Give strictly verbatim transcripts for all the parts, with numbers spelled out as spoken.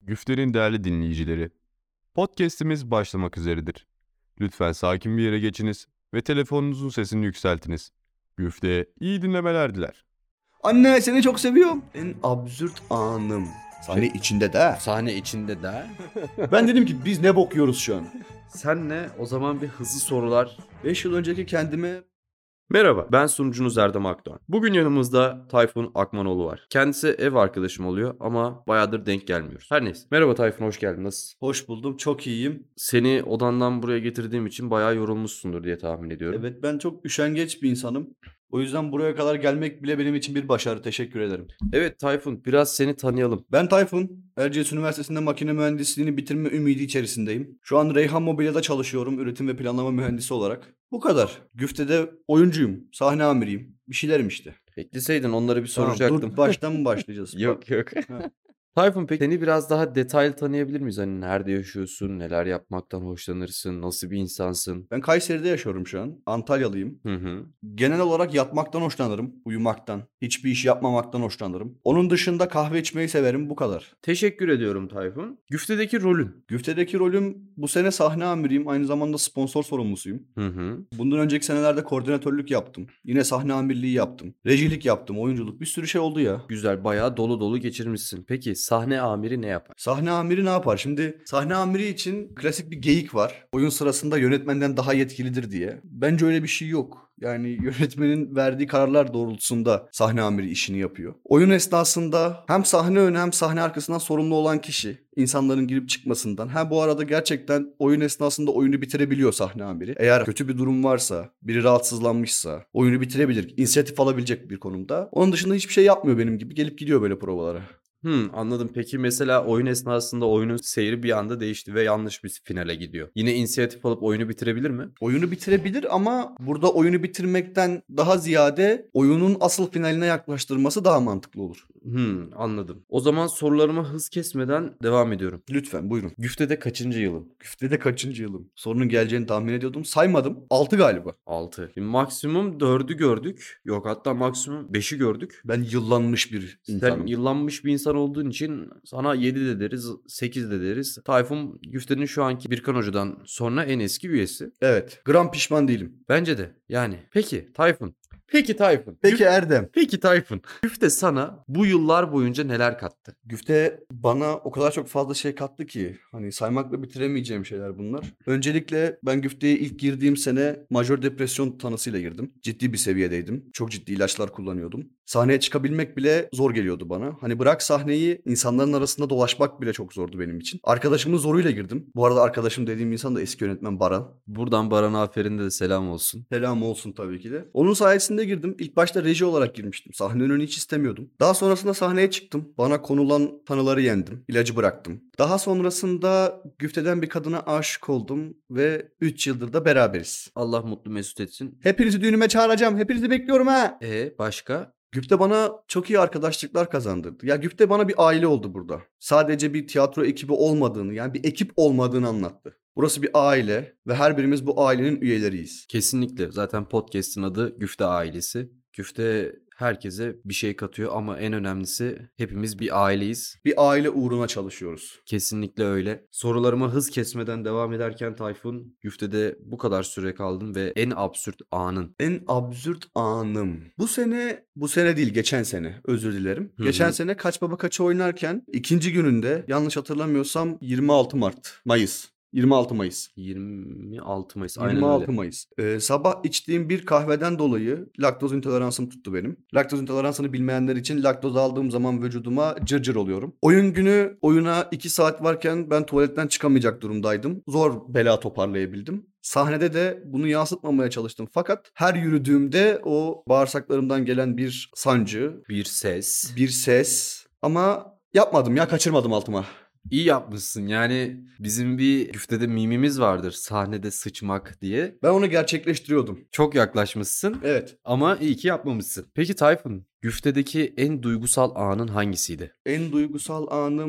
Güfte'nin değerli dinleyicileri, podcast'imiz başlamak üzeredir. Lütfen sakin bir yere geçiniz ve telefonunuzun sesini yükseltiniz. Güfte'ye iyi dinlemeler diler. Anne seni çok seviyorum. En absürt anım. Sahne içinde de. Sahne içinde de. Ben dedim ki biz ne bok yiyoruz şu an. Senle o zaman bir hızlı sorular. beş yıl önceki kendime... Merhaba, ben sunucunuz Erdem Akdoğan. Bugün yanımızda Tayfun Akmanoğlu var. Kendisi ev arkadaşım oluyor ama bayağıdır denk gelmiyoruz. Her neyse. Merhaba Tayfun, hoş geldin. Nasılsın? Hoş buldum, çok iyiyim. Seni odandan buraya getirdiğim için bayağı yorulmuşsundur diye tahmin ediyorum. Evet, ben çok üşengeç bir insanım. O yüzden buraya kadar gelmek bile benim için bir başarı. Teşekkür ederim. Evet Tayfun, biraz seni tanıyalım. Ben Tayfun. Erciyes Üniversitesi'nde makine mühendisliğini bitirme ümidi içerisindeyim. Şu an Reyhan Mobilya'da çalışıyorum. Üretim ve planlama mühendisi olarak. Bu kadar. Güfte'de oyuncuyum. Sahne amiriyim. Bir şeylerim işte. Bekleseydin onları bir Tamam, soracaktım. dur baştan mı başlayacağız? Yok yok. Ha. Tayfun, peki seni biraz daha detaylı tanıyabilir miyiz? Hani nerede yaşıyorsun, neler yapmaktan hoşlanırsın, nasıl bir insansın? Ben Kayseri'de yaşıyorum şu an. Antalyalıyım. Hı hı. Genel olarak yatmaktan hoşlanırım. Uyumaktan. Hiçbir iş yapmamaktan hoşlanırım. Onun dışında kahve içmeyi severim. Bu kadar. Teşekkür ediyorum Tayfun. Güfte'deki rolün. Güfte'deki rolüm bu sene sahne amiriyim. Aynı zamanda sponsor sorumlusuyum. Hı hı. Bundan önceki senelerde koordinatörlük yaptım. Yine sahne amirliği yaptım. Rejilik yaptım. Oyunculuk. Bir sürü şey oldu ya. Güzel, bayağı dolu dolu geçirmişsin. Peki sahne amiri ne yapar? Sahne amiri ne yapar? Şimdi sahne amiri için klasik bir geyik var. Oyun sırasında yönetmenden daha yetkilidir diye. Bence öyle bir şey yok. Yani yönetmenin verdiği kararlar doğrultusunda sahne amiri işini yapıyor. Oyun esnasında hem sahne önü hem sahne arkasından sorumlu olan kişi insanların girip çıkmasından. Ha bu arada gerçekten oyun esnasında oyunu bitirebiliyor sahne amiri. Eğer kötü bir durum varsa, biri rahatsızlanmışsa oyunu bitirebilir. İnisiyatif alabilecek bir konumda. Onun dışında hiçbir şey yapmıyor benim gibi. Gelip gidiyor böyle provalara. Hmm, anladım. Peki mesela oyun esnasında oyunun seyri bir anda değişti ve yanlış bir finale gidiyor. Yine inisiyatif alıp oyunu bitirebilir mi? Oyunu bitirebilir ama burada oyunu bitirmekten daha ziyade oyunun asıl finaline yaklaştırması daha mantıklı olur. Hmm, anladım. O zaman sorularıma hız kesmeden devam ediyorum. Lütfen buyurun. Güfte'de kaçıncı yılın? Güfte'de kaçıncı yılım? Sorunun geleceğini tahmin ediyordum. Saymadım. altı galiba. altı. Şimdi maksimum dördü gördük. Yok, hatta maksimum beşi gördük. Ben yıllanmış bir insanım. Sen yıllanmış bir insan olduğun için sana yedi de deriz, sekiz de deriz. Tayfun Güfte'nin şu anki Birkan Hoca'dan sonra en eski üyesi. Evet. Gram pişman değilim. Bence de. Yani. Peki Tayfun. Peki Tayfun. Peki Güf- Erdem. Peki Tayfun. Güfte sana bu yıllar boyunca neler kattı? Güfte bana o kadar çok fazla şey kattı ki hani saymakla bitiremeyeceğim şeyler bunlar. Öncelikle ben Güfte'ye ilk girdiğim sene majör depresyon tanısıyla girdim. Ciddi bir seviyedeydim. Çok ciddi ilaçlar kullanıyordum. Sahneye çıkabilmek bile zor geliyordu bana. Hani bırak sahneyi, insanların arasında dolaşmak bile çok zordu benim için. Arkadaşımın zoruyla girdim. Bu arada arkadaşım dediğim insan da eski yönetmen Baran. Buradan Baran Aferin'de de selam olsun. Selam olsun tabii ki de. Onun sayesinde girdim. İlk başta reji olarak girmiştim. Sahne önünü hiç istemiyordum. Daha sonrasında sahneye çıktım. Bana konulan tanıları yendim. İlacı bıraktım. Daha sonrasında Güfte'den bir kadına aşık oldum ve üç yıldır da beraberiz. Allah mutlu mesut etsin. Hepinizi düğünüme çağıracağım. Hepinizi bekliyorum ha. E başka? Güfte bana çok iyi arkadaşlıklar kazandırdı. Ya Güfte bana bir aile oldu burada. Sadece bir tiyatro ekibi olmadığını, yani bir ekip olmadığını anlattı. Burası bir aile ve her birimiz bu ailenin üyeleriyiz. Kesinlikle. Zaten podcast'in adı Güfte Ailesi. Güfte herkese bir şey katıyor ama en önemlisi hepimiz bir aileyiz. Bir aile uğruna çalışıyoruz. Kesinlikle öyle. Sorularıma hız kesmeden devam ederken Tayfun, Güfte'de bu kadar süre kaldın ve en absürt anın. En absürt anım. Bu sene, bu sene değil geçen sene, özür dilerim. Hı Geçen hı. sene Kaç Baba Kaç'ı oynarken ikinci gününde, yanlış hatırlamıyorsam yirmi altı Mart, Mayıs. yirmi altı Mayıs. yirmi altı Mayıs. Aynen yirmi altı öyle. Mayıs. Ee, sabah içtiğim bir kahveden dolayı laktoz intoleransım tuttu benim. Laktoz intoleransını bilmeyenler için laktoz aldığım zaman vücuduma cırcır oluyorum. Oyun günü oyuna iki saat varken ben tuvaletten çıkamayacak durumdaydım. Zor bela toparlayabildim. Sahnede de bunu yansıtmamaya çalıştım. Fakat her yürüdüğümde o bağırsaklarımdan gelen bir sancı, Bir ses. bir ses ama yapmadım ya, kaçırmadım altıma. İyi yapmışsın. Yani bizim bir Güfte'de mimimiz vardır. Sahnede sıçmak diye. Ben onu gerçekleştiriyordum. Çok yaklaşmışsın Evet. ama iyi ki yapmamışsın. Peki Tayfun, Güfte'deki en duygusal anın hangisiydi? En duygusal anım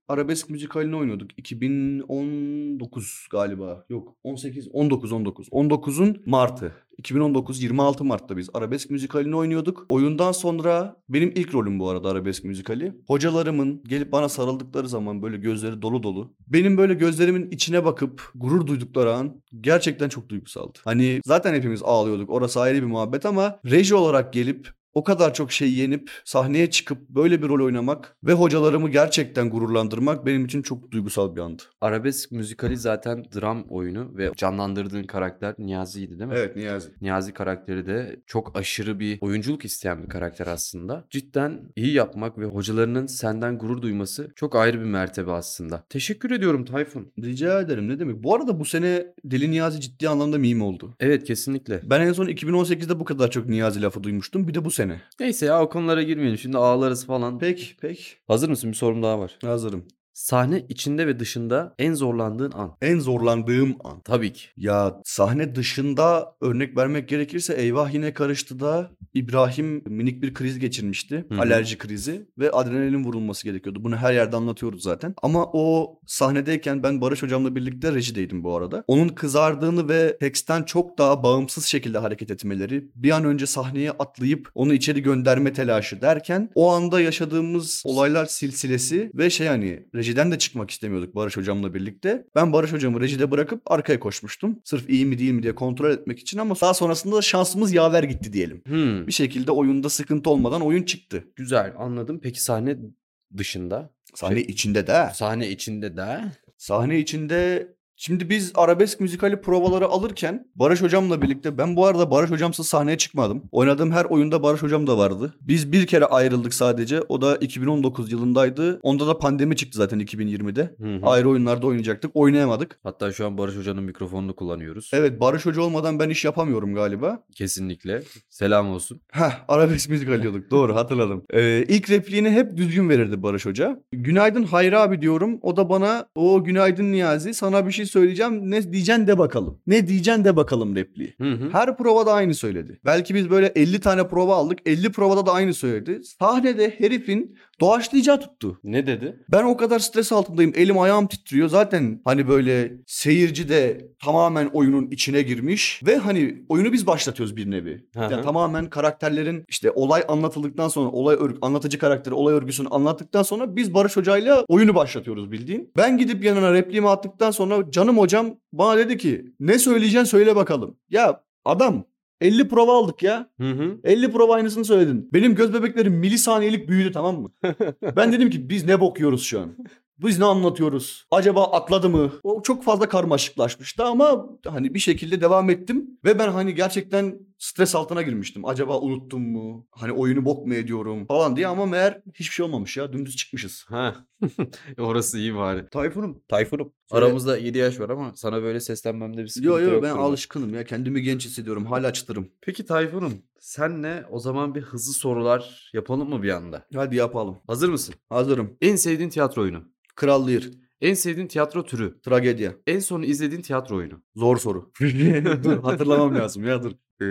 arabesk müzikalini oynuyorduk. iki bin on dokuz galiba. Yok on sekiz, on dokuz, on dokuz. on dokuzun Mart'ı. iki bin on dokuz yirmi altı Mart'ta biz arabesk müzikalini oynuyorduk. Oyundan sonra benim ilk rolüm bu arada arabesk müzikali. Hocalarımın gelip bana sarıldıkları zaman böyle gözleri dolu dolu. Benim böyle gözlerimin içine bakıp gurur duydukları an gerçekten çok duygusaldı. Hani zaten hepimiz ağlıyorduk. Orası ayrı bir muhabbet ama reji olarak gelip o kadar çok şey yenip sahneye çıkıp böyle bir rol oynamak ve hocalarımı gerçekten gururlandırmak benim için çok duygusal bir andı. Arabesk müzikali zaten dram oyunu ve canlandırdığın karakter Niyazi'ydi değil mi? Evet, Niyazi. Niyazi karakteri de çok aşırı bir oyunculuk isteyen bir karakter aslında. Cidden iyi yapmak ve hocalarının senden gurur duyması çok ayrı bir mertebe aslında. Teşekkür ediyorum Tayfun. Rica ederim, ne demek. Bu arada bu sene Deli Niyazi ciddi anlamda meme oldu. Evet, kesinlikle. Ben en son iki bin on sekizde bu kadar çok Niyazi lafı duymuştum. Bir de bu sene. Neyse ya, o konulara girmeyelim. Şimdi ağlarız falan. Peki, peki. Hazır mısın? Bir sorum daha var. Hazırım. Sahne içinde ve dışında en zorlandığın an. En zorlandığım an. Tabii ki. Ya sahne dışında örnek vermek gerekirse Eyvah Yine Karıştı da İbrahim minik bir kriz geçirmişti. Hı hı. Alerji krizi ve adrenalin vurulması gerekiyordu. Bunu her yerde anlatıyoruz zaten. Ama o sahnedeyken ben Barış hocamla birlikte rejideydim bu arada. Onun kızardığını ve teksten çok daha bağımsız şekilde hareket etmeleri, bir an önce sahneye atlayıp onu içeri gönderme telaşı derken o anda yaşadığımız olaylar silsilesi ve şey hani rejiden de çıkmak istemiyorduk Barış hocamla birlikte. Ben Barış hocamı rejide bırakıp arkaya koşmuştum. Sırf iyi mi değil mi diye kontrol etmek için ama daha sonrasında da şansımız yaver gitti diyelim. Hmm. Bir şekilde oyunda sıkıntı olmadan oyun çıktı. Güzel, anladım. Peki sahne dışında? Sahne Şey, içinde de. sahne içinde de. Sahne içinde... Şimdi biz arabesk müzikali provaları alırken Barış hocamla birlikte, ben bu arada Barış hocamsız sahneye çıkmadım. Oynadığım her oyunda Barış hocam da vardı. Biz bir kere ayrıldık sadece. O da iki bin on dokuz yılındaydı. Onda da pandemi çıktı zaten iki bin yirmide. Hı hı. Ayrı oyunlarda oynayacaktık. Oynayamadık. Hatta şu an Barış Hoca'nın mikrofonunu kullanıyoruz. Evet, Barış hoca olmadan ben iş yapamıyorum galiba. Kesinlikle. Selam olsun. Heh, arabesk müzik alıyorduk. Doğru, hatırladım. Ee, ilk repliğini hep düzgün verirdi Barış Hoca. Günaydın Hayri abi diyorum. O da bana o günaydın Niyazi, sana bir şey söyleyeceğim. Ne diyeceksin de bakalım. Ne diyeceksin de bakalım repliği. Hı hı. Her provada aynı söyledi. Belki biz böyle elli tane prova aldık. elli provada da aynı söyledi. Sahnede herifin doğaçlayacağı tuttu. Ne dedi? Ben o kadar stres altındayım. Elim ayağım titriyor. Zaten hani böyle seyirci de tamamen oyunun içine girmiş. Ve hani oyunu biz başlatıyoruz bir nevi. Hı hı. Yani tamamen karakterlerin işte olay anlatıldıktan sonra olay örgü, anlatıcı karakteri olay örgüsünü anlattıktan sonra biz Barış Hoca'yla oyunu başlatıyoruz bildiğin. Ben gidip yanına repliğimi attıktan sonra canım hocam bana dedi ki ne söyleyeceksin söyle bakalım. Ya adam elli prova aldık ya. Hı hı. elli prova aynısını söyledin. Benim göz bebeklerim milisaniyelik büyüdü, tamam mı? Ben dedim ki biz ne bok yiyoruz şu an? Biz ne anlatıyoruz? Acaba atladı mı? O çok fazla karmaşıklaşmıştı ama hani bir şekilde devam ettim. Ve ben hani gerçekten stres altına girmiştim. Acaba unuttum mu? Hani oyunu bok mu ediyorum falan diye, ama meğer hiçbir şey olmamış ya. Dümdüz çıkmışız. Ha. Orası iyi bari. Tayfun'um. Tayfun'um. Söyle. Aramızda yedi yaş var ama sana böyle seslenmemde bir sıkıntı Yo yo yok. ben alışkınım ya. Kendimi genç hissediyorum. Hala çıtırım. Peki Tayfun'um, senle o zaman bir hızlı sorular yapalım mı bir anda? Hadi yapalım. Hazır mısın? Hazırım. En sevdiğin tiyatro oyunu? Kral Lear. En sevdiğin tiyatro türü? Tragedya. En son izlediğin tiyatro oyunu? Zor soru. Dur, hatırlamam lazım ya, dur. Ee,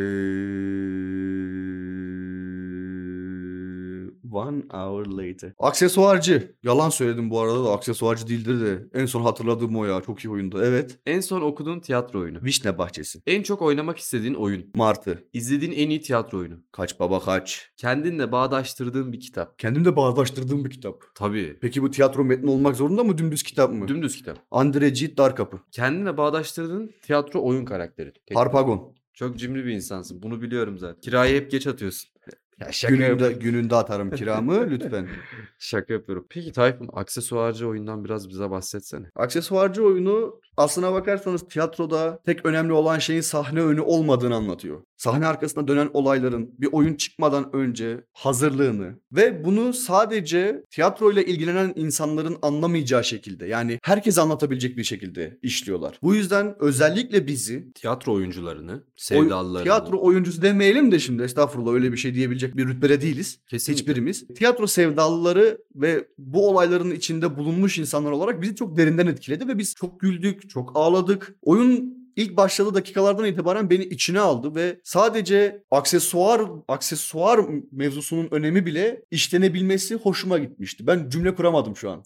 One hour later. Aksesuarcı. Yalan söyledim bu arada da, aksesuarcı değildir de. En son hatırladığım o ya. Çok iyi oyundu. Evet. En son okuduğun tiyatro oyunu? Vişne Bahçesi. En çok oynamak istediğin oyun? Martı. İzlediğin en iyi tiyatro oyunu? Kaç baba kaç. Kendinle bağdaştırdığın bir kitap? Kendimde bağdaştırdığım bir kitap. Tabii. Peki bu tiyatro metni olmak zorunda mı, dümdüz kitap mı? Dümdüz kitap. Andre Cid Darkapı. Kendinle bağdaştırdığın tiyatro oyun karakteri? Tek- Harpagon. Çok cimri bir insansın. Bunu biliyorum zaten. Kirayı hep geç atıyorsun. Ya şaka Gününde, yapıyorum. gününde atarım kiramı lütfen. Şaka yapıyorum. Peki Tayfun, aksesuarcı oyundan biraz bize bahsetsene. Aksesuarcı oyunu aslına bakarsanız tiyatroda tek önemli olan şeyin sahne önü olmadığını anlatıyor. Sahne arkasında dönen olayların bir oyun çıkmadan önce hazırlığını ve bunu sadece tiyatroyla ilgilenen insanların anlamayacağı şekilde, yani herkes anlatabilecek bir şekilde işliyorlar. Bu yüzden özellikle bizi Tiyatro oyuncularını, oy- sevdalılarını. tiyatro oyuncusu demeyelim de şimdi, estağfurullah, öyle bir şey diyebilecek bir rütbede değiliz. Kesinlikle. Hiçbirimiz. Tiyatro sevdalıları ve bu olayların içinde bulunmuş insanlar olarak bizi çok derinden etkiledi ve biz çok güldük, çok ağladık. Oyun İlk başladığı dakikalardan itibaren beni içine aldı ve sadece aksesuar aksesuar mevzusunun önemi bile işlenebilmesi hoşuma gitmişti. Ben cümle kuramadım şu an.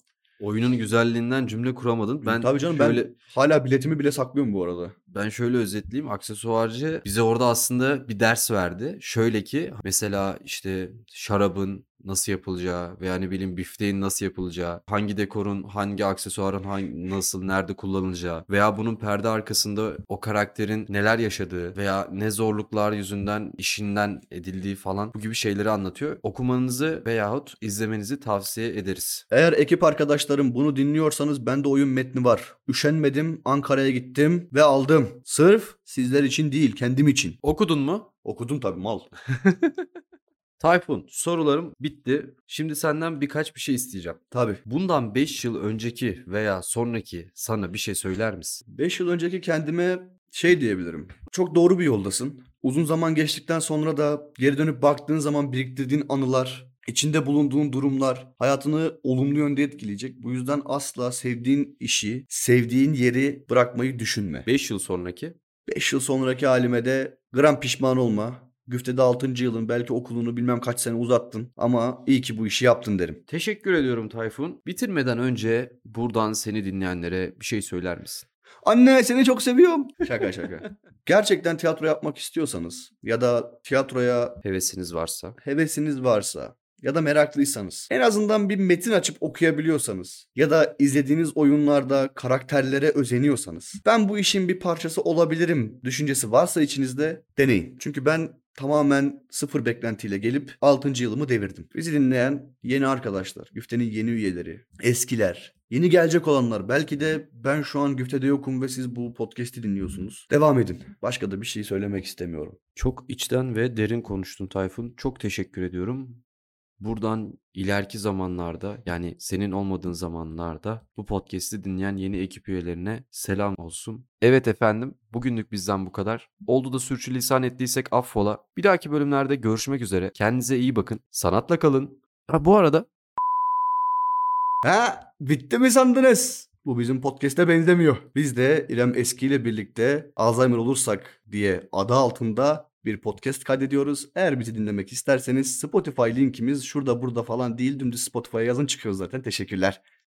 Oyunun güzelliğinden cümle kuramadın. Ben Tabii canım şöyle... ben hala biletimi bile saklıyorum bu arada. Ben şöyle özetleyeyim. Aksesuarcı bize orada aslında bir ders verdi. Şöyle ki mesela işte şarabın nasıl yapılacağı veya ne bileyim bifteğin nasıl yapılacağı, hangi dekorun, hangi aksesuarın hangi, nasıl, nerede kullanılacağı veya bunun perde arkasında o karakterin neler yaşadığı veya ne zorluklar yüzünden işinden edildiği falan bu gibi şeyleri anlatıyor. Okumanızı veyahut izlemenizi tavsiye ederiz. Eğer ekip arkadaşlarım bunu dinliyorsanız bende oyun metni var. Üşenmedim, Ankara'ya gittim ve aldım. Sırf sizler için değil, kendim için. Okudun mu? Okudum tabii mal. Tayfun, sorularım bitti. Şimdi senden birkaç bir şey isteyeceğim. Tabii. Bundan beş yıl önceki veya sonraki sana bir şey söyler misin? beş yıl önceki kendime şey diyebilirim. Çok doğru bir yoldasın. Uzun zaman geçtikten sonra da geri dönüp baktığın zaman biriktirdiğin anılar, içinde bulunduğun durumlar hayatını olumlu yönde etkileyecek. Bu yüzden asla sevdiğin işi, sevdiğin yeri bırakmayı düşünme. beş yıl sonraki? beş yıl sonraki halime de gram pişman olma. Güftede altıncı yılın, belki okulunu bilmem kaç sene uzattın ama iyi ki bu işi yaptın derim. Teşekkür ediyorum Tayfun. Bitirmeden önce buradan seni dinleyenlere bir şey söyler misin? Anne seni çok seviyorum. Şaka şaka. Gerçekten tiyatro yapmak istiyorsanız ya da tiyatroya Hevesiniz varsa. hevesiniz varsa ya da meraklıysanız, en azından bir metin açıp okuyabiliyorsanız ya da izlediğiniz oyunlarda karakterlere özeniyorsanız, ben bu işin bir parçası olabilirim düşüncesi varsa içinizde deneyin. Çünkü ben tamamen sıfır beklentiyle gelip altıncı yılımı devirdim. Bizi dinleyen yeni arkadaşlar, Güfte'nin yeni üyeleri, eskiler, yeni gelecek olanlar, belki de ben şu an Güfte'de yokum ve siz bu podcast'i dinliyorsunuz. Devam edin. Başka da bir şey söylemek istemiyorum. Çok içten ve derin konuştun Tayfun. Çok teşekkür ediyorum. Buradan ileriki zamanlarda, yani senin olmadığın zamanlarda bu podcast'i dinleyen yeni ekip üyelerine selam olsun. Evet efendim, bugünlük bizden bu kadar. Oldu da sürçülisan ettiysek affola. Bir dahaki bölümlerde görüşmek üzere. Kendinize iyi bakın. Sanatla kalın. Ha bu arada Ha, bitti mi sandınız? Bu bizim podcast'e benzemiyor. Biz de İrem Eski ile birlikte Alzheimer olursak diye adı altında bir podcast kaydediyoruz. Eğer bizi dinlemek isterseniz Spotify linkimiz şurada burada falan değil. Dümdüz Spotify'a yazın, çıkıyor zaten. Teşekkürler.